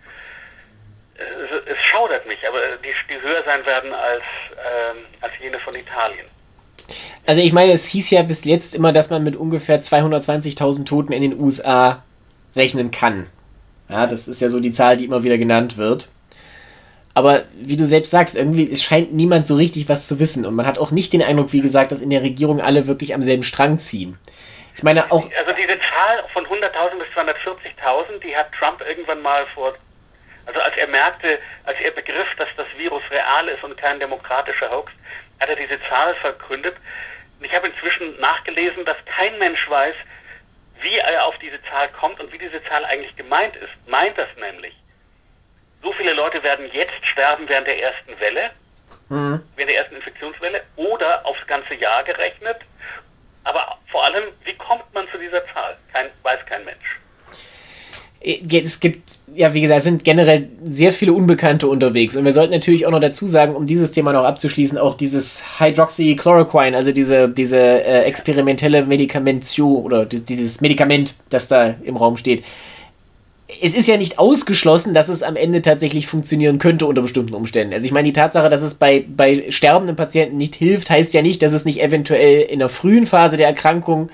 Es schaudert mich, aber die höher sein werden als jene von Italien. Also ich meine, es hieß ja bis jetzt immer, dass man mit ungefähr 220.000 Toten in den USA rechnen kann. Ja, das ist ja so die Zahl, die immer wieder genannt wird. Aber wie du selbst sagst, irgendwie, es scheint niemand so richtig was zu wissen. Und man hat auch nicht den Eindruck, wie gesagt, dass in der Regierung alle wirklich am selben Strang ziehen. Ich meine auch... Also diese Zahl von 100.000 bis 240.000, die hat Trump irgendwann mal als er begriff, dass das Virus real ist und kein demokratischer Hoax, hat er diese Zahl verkündet. Und ich habe inzwischen nachgelesen, dass kein Mensch weiß, wie er auf diese Zahl kommt und wie diese Zahl eigentlich gemeint ist. Meint das nämlich, so viele Leute werden jetzt sterben während der ersten Welle, während der ersten Infektionswelle, oder aufs ganze Jahr gerechnet. Aber vor allem, wie kommt man zu dieser Zahl? Weiß kein Mensch. Es gibt, ja, wie gesagt, es sind generell sehr viele Unbekannte unterwegs. Und wir sollten natürlich auch noch dazu sagen, um dieses Thema noch abzuschließen, auch dieses Hydroxychloroquine, also diese experimentelle Medikamentio oder dieses Medikament, das da im Raum steht. Es ist ja nicht ausgeschlossen, dass es am Ende tatsächlich funktionieren könnte unter bestimmten Umständen. Also ich meine, die Tatsache, dass es bei sterbenden Patienten nicht hilft, heißt ja nicht, dass es nicht eventuell in der frühen Phase der Erkrankung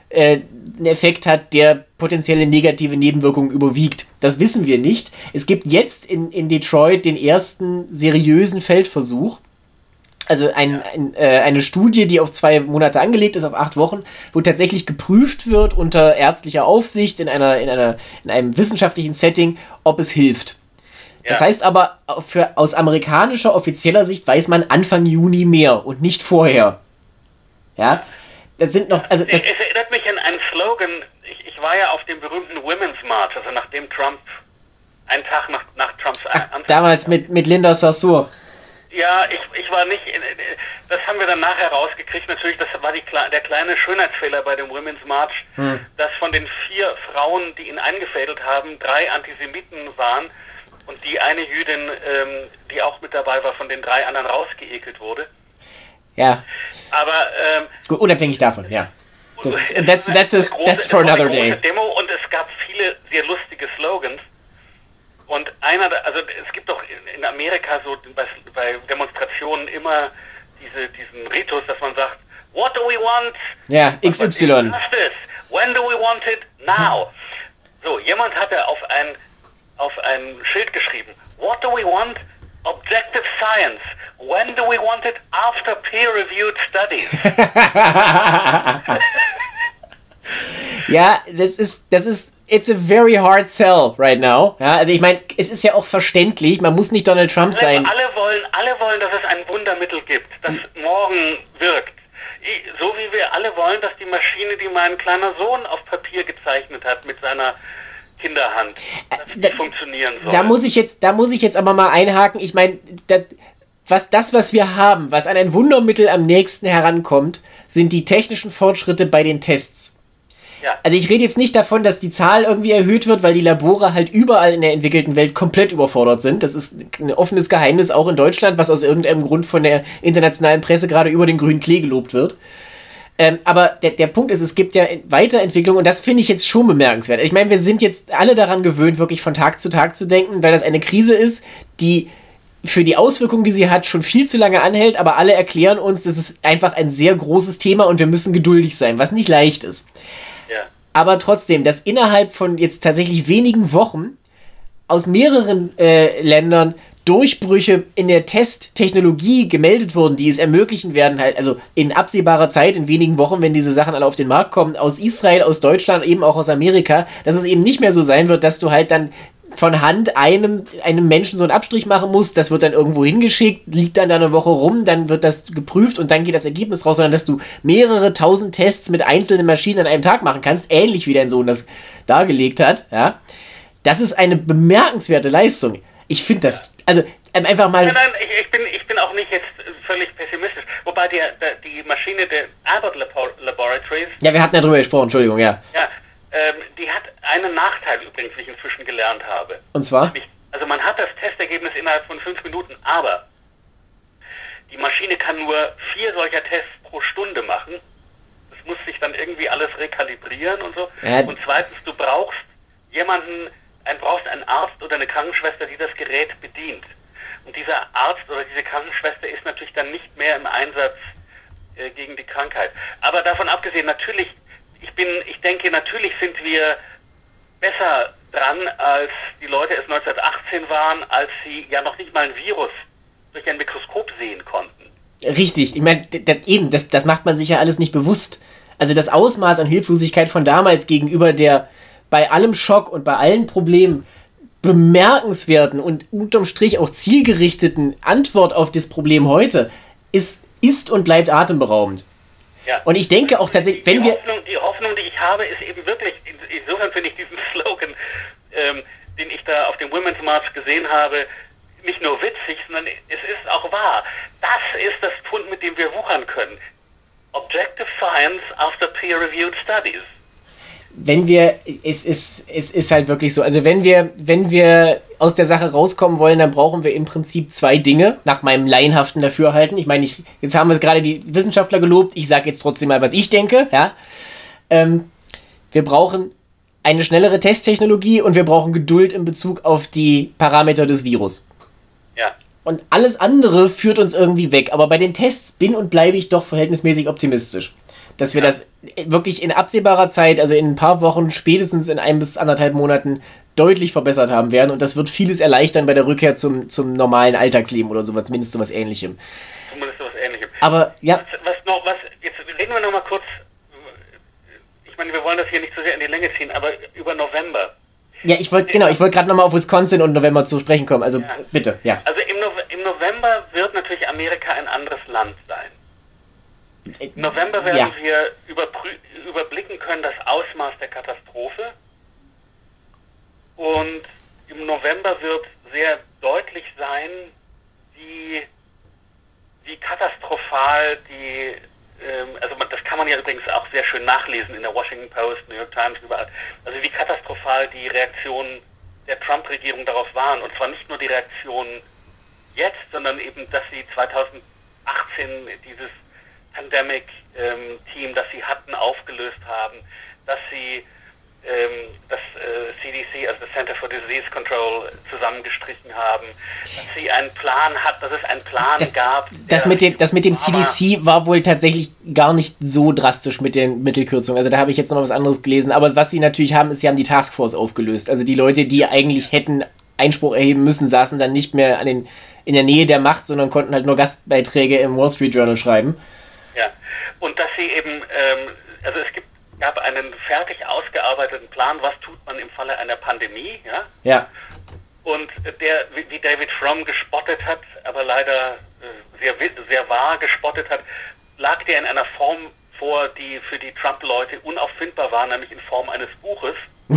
einen Effekt hat, der potenzielle negative Nebenwirkungen überwiegt. Das wissen wir nicht. Es gibt jetzt in Detroit den ersten seriösen Feldversuch. Also eine Studie, die auf 2 Monate angelegt ist, auf 8 Wochen, wo tatsächlich geprüft wird unter ärztlicher Aufsicht in einem wissenschaftlichen Setting, ob es hilft. Ja. Das heißt aber, aus amerikanischer offizieller Sicht weiß man Anfang Juni mehr und nicht vorher. Ja, das sind noch... Also es erinnert mich an einen Slogan. Ich war ja auf dem berühmten Women's March, also nachdem Trump, einen Tag nach Trumps Anfang. Damals mit Linda Sarsour. Ja, ich war nicht, das haben wir dann nachher rausgekriegt, natürlich, das war der kleine Schönheitsfehler bei dem Women's March, dass von den 4 Frauen, die ihn eingefädelt haben, 3 Antisemiten waren und die eine Jüdin, die auch mit dabei war, von den 3 anderen rausgeekelt wurde. Ja. Aber gut, unabhängig davon, ja. That's for another day. Demo und es gab viele sehr lustige Slogans. Und also es gibt doch in Amerika so bei Demonstrationen immer diesen Ritus, dass man sagt, what do we want? Ja, XY. Justice. When do we want it? Now. So, jemand hat auf ein Schild geschrieben, what do we want? Objective science. When do we want it? After peer-reviewed studies. Ja, das ist it's a very hard sell right now. Ja, also ich meine, es ist ja auch verständlich, man muss nicht Donald Trump sein. Alle wollen, dass es ein Wundermittel gibt, das morgen wirkt. So wie wir alle wollen, dass die Maschine, die mein kleiner Sohn auf Papier gezeichnet hat mit seiner Kinderhand, dass die funktionieren soll. Da muss ich jetzt aber mal einhaken. Ich meine, was wir haben, was an ein Wundermittel am nächsten herankommt, sind die technischen Fortschritte bei den Tests. Ja. Also ich rede jetzt nicht davon, dass die Zahl irgendwie erhöht wird, weil die Labore halt überall in der entwickelten Welt komplett überfordert sind. Das ist ein offenes Geheimnis, auch in Deutschland, was aus irgendeinem Grund von der internationalen Presse gerade über den grünen Klee gelobt wird. Aber der Punkt ist, es gibt ja Weiterentwicklung und das finde ich jetzt schon bemerkenswert. Ich meine, wir sind jetzt alle daran gewöhnt, wirklich von Tag zu Tag zu denken, weil das eine Krise ist, die für die Auswirkungen, die sie hat, schon viel zu lange anhält, aber alle erklären uns, das ist einfach ein sehr großes Thema und wir müssen geduldig sein, was nicht leicht ist. Ja. Aber trotzdem, dass innerhalb von jetzt tatsächlich wenigen Wochen aus mehreren Ländern Durchbrüche in der Testtechnologie gemeldet wurden, die es ermöglichen werden, halt, also in absehbarer Zeit, in wenigen Wochen, wenn diese Sachen alle auf den Markt kommen, aus Israel, aus Deutschland, eben auch aus Amerika, dass es eben nicht mehr so sein wird, dass du halt dann von Hand einem Menschen so einen Abstrich machen musst, das wird dann irgendwo hingeschickt, liegt dann da eine Woche rum, dann wird das geprüft und dann geht das Ergebnis raus, sondern dass du mehrere tausend Tests mit einzelnen Maschinen an einem Tag machen kannst, ähnlich wie dein Sohn das dargelegt hat, ja. Das ist eine bemerkenswerte Leistung. Ich finde das, also einfach mal... Nein, ich bin auch nicht jetzt völlig pessimistisch. Wobei die Maschine der Abbott Laboratories... Ja, wir hatten ja drüber gesprochen, Entschuldigung, ja. Ja, die hat einen Nachteil übrigens, wie ich inzwischen gelernt habe. Und zwar? Also man hat das Testergebnis innerhalb von 5 Minuten, aber die Maschine kann nur 4 solcher Tests pro Stunde machen. Das muss sich dann irgendwie alles rekalibrieren und so. Ja. Und zweitens, du brauchst einen Arzt oder eine Krankenschwester, die das Gerät bedient. Und dieser Arzt oder diese Krankenschwester ist natürlich dann nicht mehr im Einsatz gegen die Krankheit. Aber davon abgesehen, natürlich, ich denke, natürlich sind wir besser dran, als die Leute es 1918 waren, als sie ja noch nicht mal ein Virus durch ein Mikroskop sehen konnten. Richtig, ich meine, das macht man sich ja alles nicht bewusst. Also das Ausmaß an Hilflosigkeit von damals gegenüber der bei allem Schock und bei allen Problemen bemerkenswerten und unterm Strich auch zielgerichteten Antwort auf das Problem heute ist und bleibt atemberaubend. Ja. Und ich denke auch tatsächlich, die Hoffnung, die ich habe, ist eben wirklich, insofern finde ich diesen Slogan, den ich da auf dem Women's March gesehen habe, nicht nur witzig, sondern es ist auch wahr. Das ist das Pfund, mit dem wir wuchern können. Objective Science after Peer-Reviewed Studies. Es ist halt wirklich so, also wenn wir aus der Sache rauskommen wollen, dann brauchen wir im Prinzip 2 Dinge, nach meinem laienhaften Dafürhalten. Ich meine, jetzt haben wir es gerade die Wissenschaftler gelobt, ich sage jetzt trotzdem mal, was ich denke, ja. Wir brauchen eine schnellere Testtechnologie und wir brauchen Geduld in Bezug auf die Parameter des Virus. Ja. Und alles andere führt uns irgendwie weg, aber bei den Tests bin und bleibe ich doch verhältnismäßig optimistisch. dass wir das wirklich in absehbarer Zeit, also in ein paar Wochen, spätestens in 1 bis 1,5 Monaten deutlich verbessert haben werden und das wird vieles erleichtern bei der Rückkehr zum normalen Alltagsleben oder sowas, zumindest sowas Ähnlichem. Aber, ja. Jetzt reden wir nochmal kurz, ich meine, wir wollen das hier nicht so sehr in die Länge ziehen, aber über November. Ja, ich wollte gerade nochmal auf Wisconsin und November zu sprechen kommen, also bitte, ja. Also im November wird natürlich Amerika ein anderes Land sein. Im November werden wir überblicken können das Ausmaß der Katastrophe und im November wird sehr deutlich sein, wie katastrophal also das kann man ja übrigens auch sehr schön nachlesen in der Washington Post, New York Times, überall. Also wie katastrophal die Reaktionen der Trump-Regierung darauf waren. Und zwar nicht nur die Reaktionen jetzt, sondern eben, dass sie 2018 dieses Pandemic-Team, das sie hatten, aufgelöst haben, dass sie das CDC, also das Center for Disease Control, zusammengestrichen haben, dass sie einen Plan dass es einen Plan gab. Das mit dem CDC war wohl tatsächlich gar nicht so drastisch mit den Mittelkürzungen. Also da habe ich jetzt noch was anderes gelesen. Aber was sie natürlich haben, ist, sie haben die Taskforce aufgelöst. Also die Leute, die eigentlich hätten Einspruch erheben müssen, saßen dann nicht mehr in der Nähe der Macht, sondern konnten halt nur Gastbeiträge im Wall Street Journal schreiben. Ja, und dass sie eben, also es gab einen fertig ausgearbeiteten Plan, was tut man im Falle einer Pandemie, ja? Ja. Und der, wie David Frum gespottet hat, aber leider sehr, sehr wahr gespottet hat, lag der in einer Form vor, die für die Trump-Leute unauffindbar war, nämlich in Form eines Buches.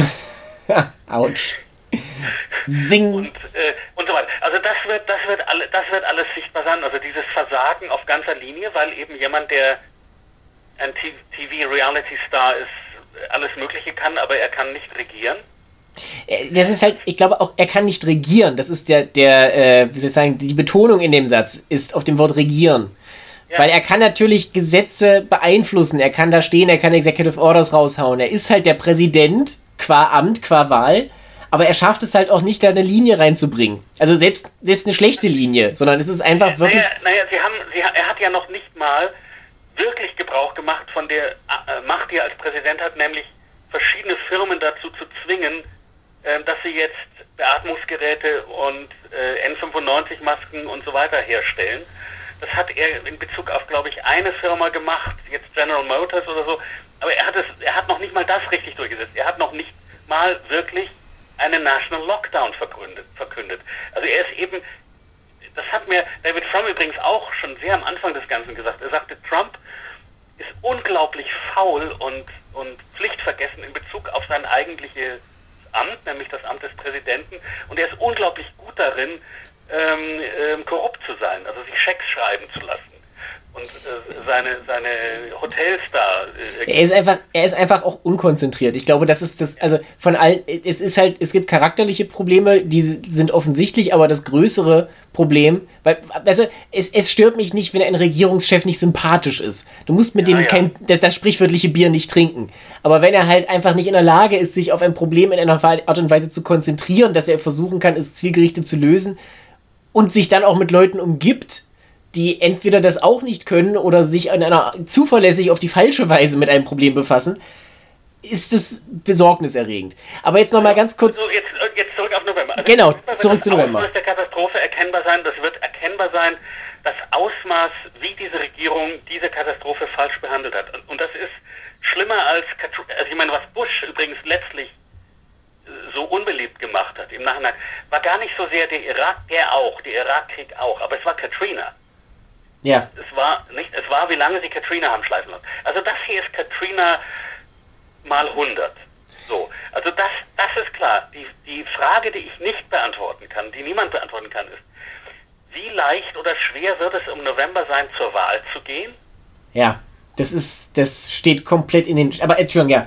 Autsch. Sing. Und so weiter. Also das wird alles sichtbar sein, also dieses Versagen auf ganzer Linie, weil eben jemand, der ein TV-Reality-Star ist, alles Mögliche kann, aber er kann nicht regieren. Das ist halt, ich glaube auch, er kann nicht regieren. Das ist wie soll ich sagen, die Betonung in dem Satz ist auf dem Wort regieren. Ja. Weil er kann natürlich Gesetze beeinflussen, er kann da stehen, er kann Executive Orders raushauen. Er ist halt der Präsident, qua Amt, qua Wahl, aber er schafft es halt auch nicht, da eine Linie reinzubringen. Also selbst eine schlechte Linie, sondern es ist einfach wirklich... Er hat ja noch nicht mal wirklich Gebrauch gemacht von der Macht, die er als Präsident hat, nämlich verschiedene Firmen dazu zu zwingen, dass sie jetzt Beatmungsgeräte und N95-Masken und so weiter herstellen. Das hat er in Bezug auf, glaube ich, eine Firma gemacht, jetzt General Motors oder so, aber er hat noch nicht mal das richtig durchgesetzt. Er hat noch nicht mal wirklich einen National Lockdown verkündet. Also er ist eben, das hat mir David Frum übrigens auch schon sehr am Anfang des Ganzen gesagt. Er sagte, Trump ist unglaublich faul und pflichtvergessen in Bezug auf sein eigentliches Amt, nämlich das Amt des Präsidenten. Und er ist unglaublich gut darin, korrupt zu sein, also sich Schecks schreiben zu lassen. Und seine Hotels da. Er ist einfach auch unkonzentriert. Ich glaube, das ist das, also von allen, es gibt charakterliche Probleme, die sind offensichtlich, aber das größere Problem, weil, also, es stört mich nicht, wenn ein Regierungschef nicht sympathisch ist. Du musst mit dem das sprichwörtliche Bier nicht trinken. Aber wenn er halt einfach nicht in der Lage ist, sich auf ein Problem in einer Art und Weise zu konzentrieren, dass er versuchen kann, es zielgerichtet zu lösen und sich dann auch mit Leuten umgibt, die entweder das auch nicht können oder sich in einer zuverlässig auf die falsche Weise mit einem Problem befassen, ist es besorgniserregend. Aber jetzt nochmal ganz kurz... Also jetzt zurück auf November. Also genau, zurück zu November. Das wird der Katastrophe erkennbar sein. Das wird erkennbar sein, das Ausmaß, wie diese Regierung diese Katastrophe falsch behandelt hat. Und das ist schlimmer als ich meine, was Bush übrigens letztlich so unbeliebt gemacht hat im Nachhinein, war gar nicht so sehr der Irakkrieg auch, aber es war Katrina. Ja. Es war, wie lange sie Katrina haben schleifen lassen. Also das hier ist Katrina mal 100. So, also das ist klar. Die Frage, die ich nicht beantworten kann, die niemand beantworten kann, ist, wie leicht oder schwer wird es im November sein, zur Wahl zu gehen? Ja, das steht komplett in den... Aber Entschuldigung, ja.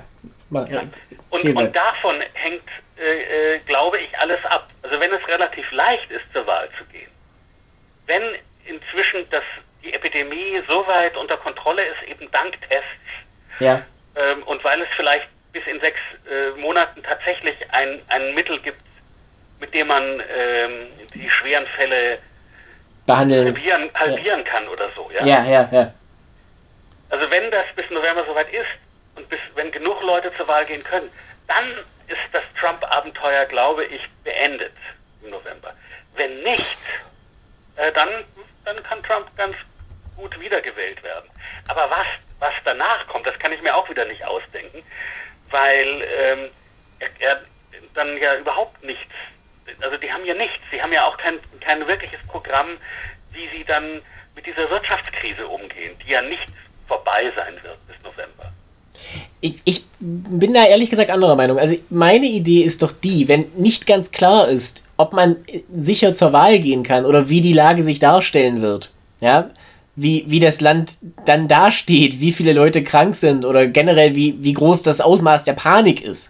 Und davon hängt, glaube ich, alles ab. Also wenn es relativ leicht ist, zur Wahl zu gehen, wenn inzwischen die Epidemie so weit unter Kontrolle ist, eben dank Tests, und weil es vielleicht bis in 6 Monaten tatsächlich ein Mittel gibt, mit dem man die schweren Fälle halbieren kann oder so. Ja. Ja. Also wenn das bis November soweit ist und wenn genug Leute zur Wahl gehen können, dann ist das Trump-Abenteuer, glaube ich, beendet im November. Wenn nicht, dann kann Trump ganz gut wiedergewählt werden. Aber was danach kommt, das kann ich mir auch wieder nicht ausdenken, weil er dann ja überhaupt nichts, also die haben ja nichts, sie haben ja auch kein wirkliches Programm, wie sie dann mit dieser Wirtschaftskrise umgehen, die ja nicht vorbei sein wird bis November. Ich bin da ehrlich gesagt anderer Meinung. Also meine Idee ist doch die, wenn nicht ganz klar ist, ob man sicher zur Wahl gehen kann oder wie die Lage sich darstellen wird, ja, wie das Land dann dasteht, wie viele Leute krank sind oder generell wie groß das Ausmaß der Panik ist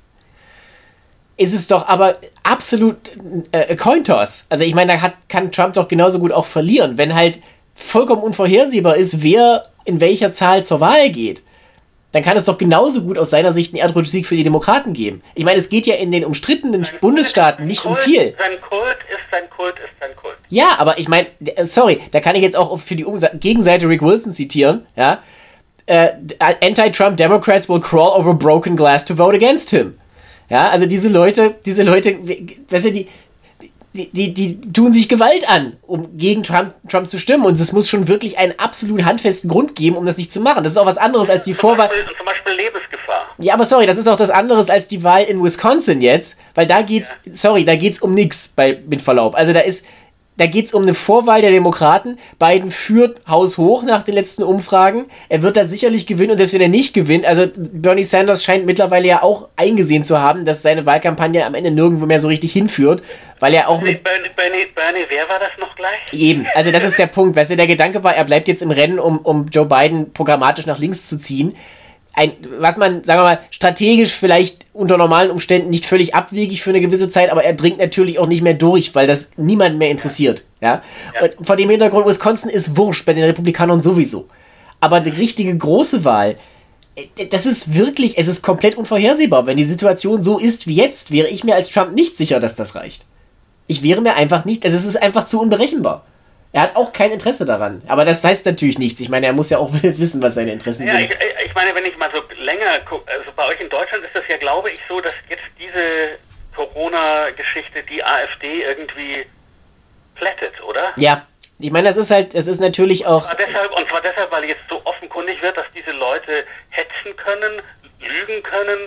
es doch aber absolut Cointoss. Also ich meine, kann Trump doch genauso gut auch verlieren, wenn halt vollkommen unvorhersehbar ist, wer in welcher Zahl zur Wahl geht. Dann kann es doch genauso gut aus seiner Sicht einen Erdrutschsieg für die Demokraten geben. Ich meine, es geht ja in den umstrittenen Bundesstaaten nicht um viel. Sein Kult ist sein Kult ist sein Kult. Ja, aber ich meine, sorry, da kann ich jetzt auch für die Gegenseite Rick Wilson zitieren, ja. Anti-Trump Democrats will crawl over broken glass to vote against him. Ja, also diese Leute, weißt du, die tun sich Gewalt an, um gegen Trump zu stimmen. Und es muss schon wirklich einen absolut handfesten Grund geben, um das nicht zu machen. Das ist auch was anderes als die Vorwahl. Zum Beispiel Lebensgefahr. Ja, aber sorry, das ist auch das anderes als die Wahl in Wisconsin jetzt. Weil da geht's, da geht's um nichts, mit Verlaub. Also da geht es um eine Vorwahl der Demokraten. Biden führt haushoch nach den letzten Umfragen. Er wird da sicherlich gewinnen und selbst wenn er nicht gewinnt, also Bernie Sanders scheint mittlerweile ja auch eingesehen zu haben, dass seine Wahlkampagne am Ende nirgendwo mehr so richtig hinführt, weil er auch mit... Bernie, wer war das noch gleich? Eben, also das ist der Punkt. Weißt du, der Gedanke war, er bleibt jetzt im Rennen, um Joe Biden programmatisch nach links zu ziehen. Was man, sagen wir mal, strategisch vielleicht unter normalen Umständen nicht völlig abwegig für eine gewisse Zeit, aber er dringt natürlich auch nicht mehr durch, weil das niemanden mehr interessiert. Ja? Und vor dem Hintergrund, Wisconsin ist wurscht, bei den Republikanern sowieso. Aber die richtige große Wahl, das ist wirklich, es ist komplett unvorhersehbar. Wenn die Situation so ist wie jetzt, wäre ich mir als Trump nicht sicher, dass das reicht. Ich wäre mir einfach nicht, also es ist einfach zu unberechenbar. Er hat auch kein Interesse daran. Aber das heißt natürlich nichts. Ich meine, er muss ja auch wissen, was seine Interessen sind. Ich meine, wenn ich mal so länger gucke, also bei euch in Deutschland ist das ja, glaube ich, so, dass jetzt diese Corona-Geschichte die AfD irgendwie plättet, oder? Ja, ich meine, es ist natürlich auch... Und zwar deshalb, weil jetzt so offenkundig wird, dass diese Leute hetzen können, lügen können,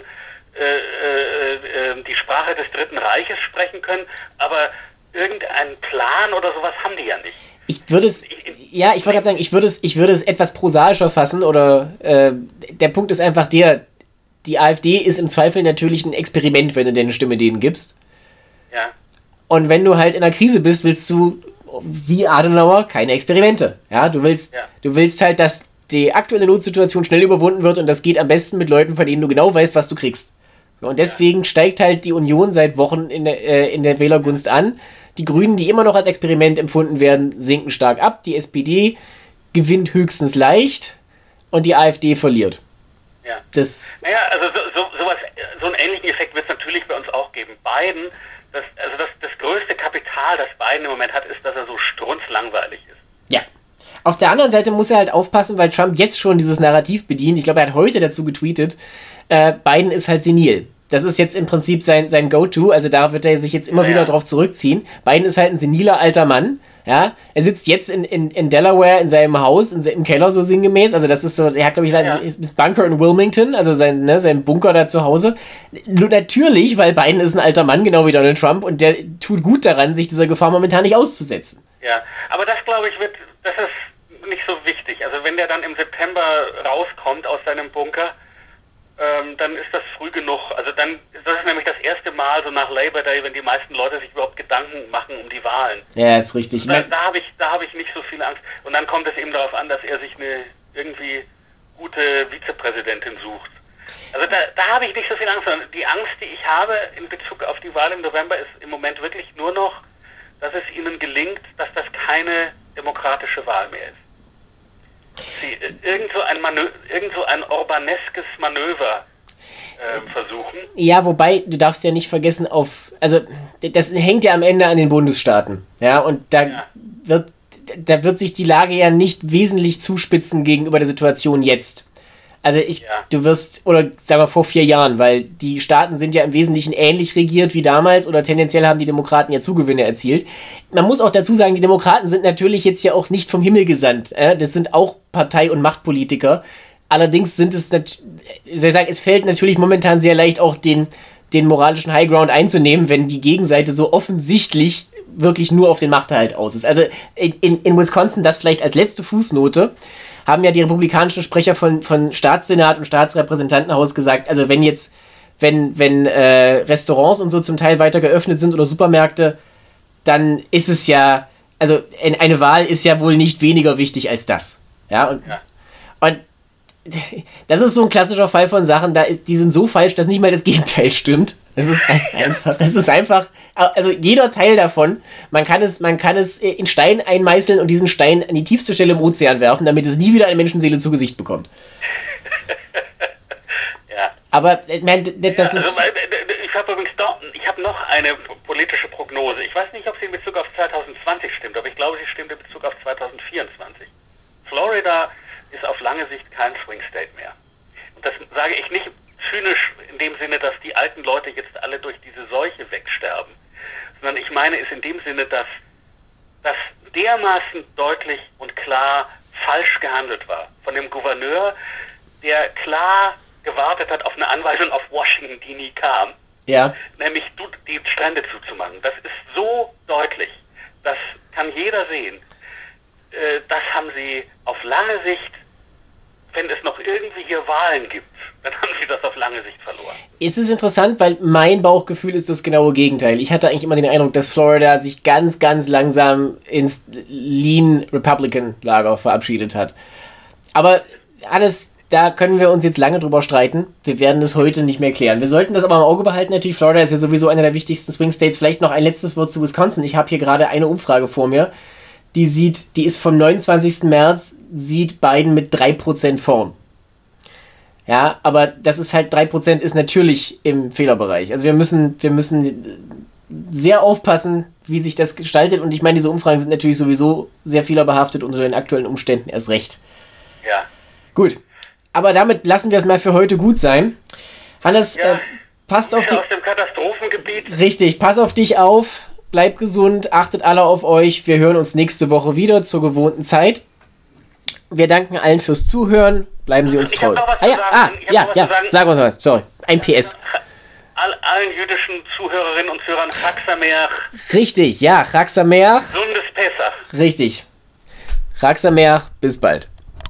die Sprache des Dritten Reiches sprechen können, aber irgendeinen Plan oder sowas haben die ja nicht. Ich würde es etwas prosaischer fassen oder der Punkt ist einfach die AfD ist im Zweifel natürlich ein Experiment, wenn du deine Stimme denen gibst. Ja. Und wenn du halt in einer Krise bist, willst du, wie Adenauer, keine Experimente. Ja, du willst halt, dass die aktuelle Notsituation schnell überwunden wird und das geht am besten mit Leuten, von denen du genau weißt, was du kriegst. Und deswegen steigt halt die Union seit Wochen in der Wählergunst an. Die Grünen, die immer noch als Experiment empfunden werden, sinken stark ab. Die SPD gewinnt höchstens leicht und die AfD verliert. Ja. Also so einen ähnlichen Effekt wird es natürlich bei uns auch geben. Biden, das größte Kapital, das Biden im Moment hat, ist, dass er so strunzlangweilig ist. Ja. Auf der anderen Seite muss er halt aufpassen, weil Trump jetzt schon dieses Narrativ bedient. Ich glaube, er hat heute dazu getweetet, Biden ist halt senil. Das ist jetzt im Prinzip sein Go-To, also da wird er sich jetzt immer wieder drauf zurückziehen. Biden ist halt ein seniler alter Mann, ja. Er sitzt jetzt in Delaware in seinem Haus, im Keller so sinngemäß, also das ist so, er hat glaube ich sein Bunker in Wilmington, also sein Bunker da zu Hause. Natürlich, weil Biden ist ein alter Mann, genau wie Donald Trump, und der tut gut daran, sich dieser Gefahr momentan nicht auszusetzen. Ja, aber das glaube ich das ist nicht so wichtig. Also wenn der dann im September rauskommt aus seinem Bunker, dann ist das früh genug. Also das ist nämlich das erste Mal so nach Labor Day, wenn die meisten Leute sich überhaupt Gedanken machen um die Wahlen. Ja, ist richtig. Da habe ich nicht so viel Angst. Und dann kommt es eben darauf an, dass er sich eine irgendwie gute Vizepräsidentin sucht. Also da habe ich nicht so viel Angst. Die Angst, die ich habe in Bezug auf die Wahl im November, ist im Moment wirklich nur noch, dass es ihnen gelingt, dass das keine demokratische Wahl mehr ist. Sie irgend so ein orbaneskes Manöver versuchen. Ja, wobei, du darfst ja nicht vergessen, also das hängt ja am Ende an den Bundesstaaten. Ja, und da wird sich die Lage ja nicht wesentlich zuspitzen gegenüber der Situation jetzt. Also du wirst, oder sagen wir vor 4 Jahren, weil die Staaten sind ja im Wesentlichen ähnlich regiert wie damals oder tendenziell haben die Demokraten ja Zugewinne erzielt. Man muss auch dazu sagen, die Demokraten sind natürlich jetzt ja auch nicht vom Himmel gesandt. Das sind auch Partei- und Machtpolitiker. Allerdings sind es, es fällt natürlich momentan sehr leicht auch den moralischen Highground einzunehmen, wenn die Gegenseite so offensichtlich wirklich nur auf den Machterhalt aus ist. Also in Wisconsin, das vielleicht als letzte Fußnote, haben ja die republikanischen Sprecher von Staatssenat und Staatsrepräsentantenhaus gesagt, also wenn Restaurants und so zum Teil weiter geöffnet sind oder Supermärkte, dann ist es ja, also eine Wahl ist ja wohl nicht weniger wichtig als das. Und das ist so ein klassischer Fall von Sachen, die sind so falsch, dass nicht mal das Gegenteil stimmt. Das ist einfach, also jeder Teil davon, man kann es in Stein einmeißeln und diesen Stein an die tiefste Stelle im Ozean werfen, damit es nie wieder eine Menschenseele zu Gesicht bekommt. Ja. Aber, das ist... Ich habe noch eine politische Prognose. Ich weiß nicht, ob sie in Bezug auf 2020 stimmt, aber ich glaube, sie stimmt in Bezug auf 2024. Florida ist auf lange Sicht kein Swing State mehr. Und das sage ich nicht zynisch in dem Sinne, dass die alten Leute jetzt alle durch diese Seuche wegsterben, sondern ich meine es in dem Sinne, dass das dermaßen deutlich und klar falsch gehandelt war von dem Gouverneur, der klar gewartet hat auf eine Anweisung auf Washington, die nie kam, nämlich die Strände zuzumachen. Das ist so deutlich, das kann jeder sehen. Das haben sie auf lange Sicht, wenn es noch irgendwie hier Wahlen gibt, dann haben sie das auf lange Sicht verloren. Es ist interessant, weil mein Bauchgefühl ist das genaue Gegenteil. Ich hatte eigentlich immer den Eindruck, dass Florida sich ganz, ganz langsam ins Lean Republican Lager verabschiedet hat. Aber Hannes, da können wir uns jetzt lange drüber streiten. Wir werden das heute nicht mehr klären. Wir sollten das aber im Auge behalten. Natürlich, Florida ist ja sowieso einer der wichtigsten Swing States. Vielleicht noch ein letztes Wort zu Wisconsin. Ich habe hier gerade eine Umfrage vor mir. Die ist vom 29. März, sieht Biden mit 3% vorn. Ja, aber das ist halt, 3% ist natürlich im Fehlerbereich. Also wir müssen sehr aufpassen, wie sich das gestaltet. Und ich meine, diese Umfragen sind natürlich sowieso sehr fehlerbehaftet unter den aktuellen Umständen erst recht. Ja. Gut. Aber damit lassen wir es mal für heute gut sein. Hannes, passt auf dich. Aus dem Katastrophengebiet. Richtig, pass auf dich auf. Bleibt gesund, achtet alle auf euch. Wir hören uns nächste Woche wieder zur gewohnten Zeit. Wir danken allen fürs Zuhören. Bleiben Sie uns treu. Sag was. Sorry, ein PS. Allen jüdischen Zuhörerinnen und Zuhörern Chag Sameach. Richtig, ja, Chag Sameach. Gesundes Pessach. Richtig. Chag Sameach, bis bald.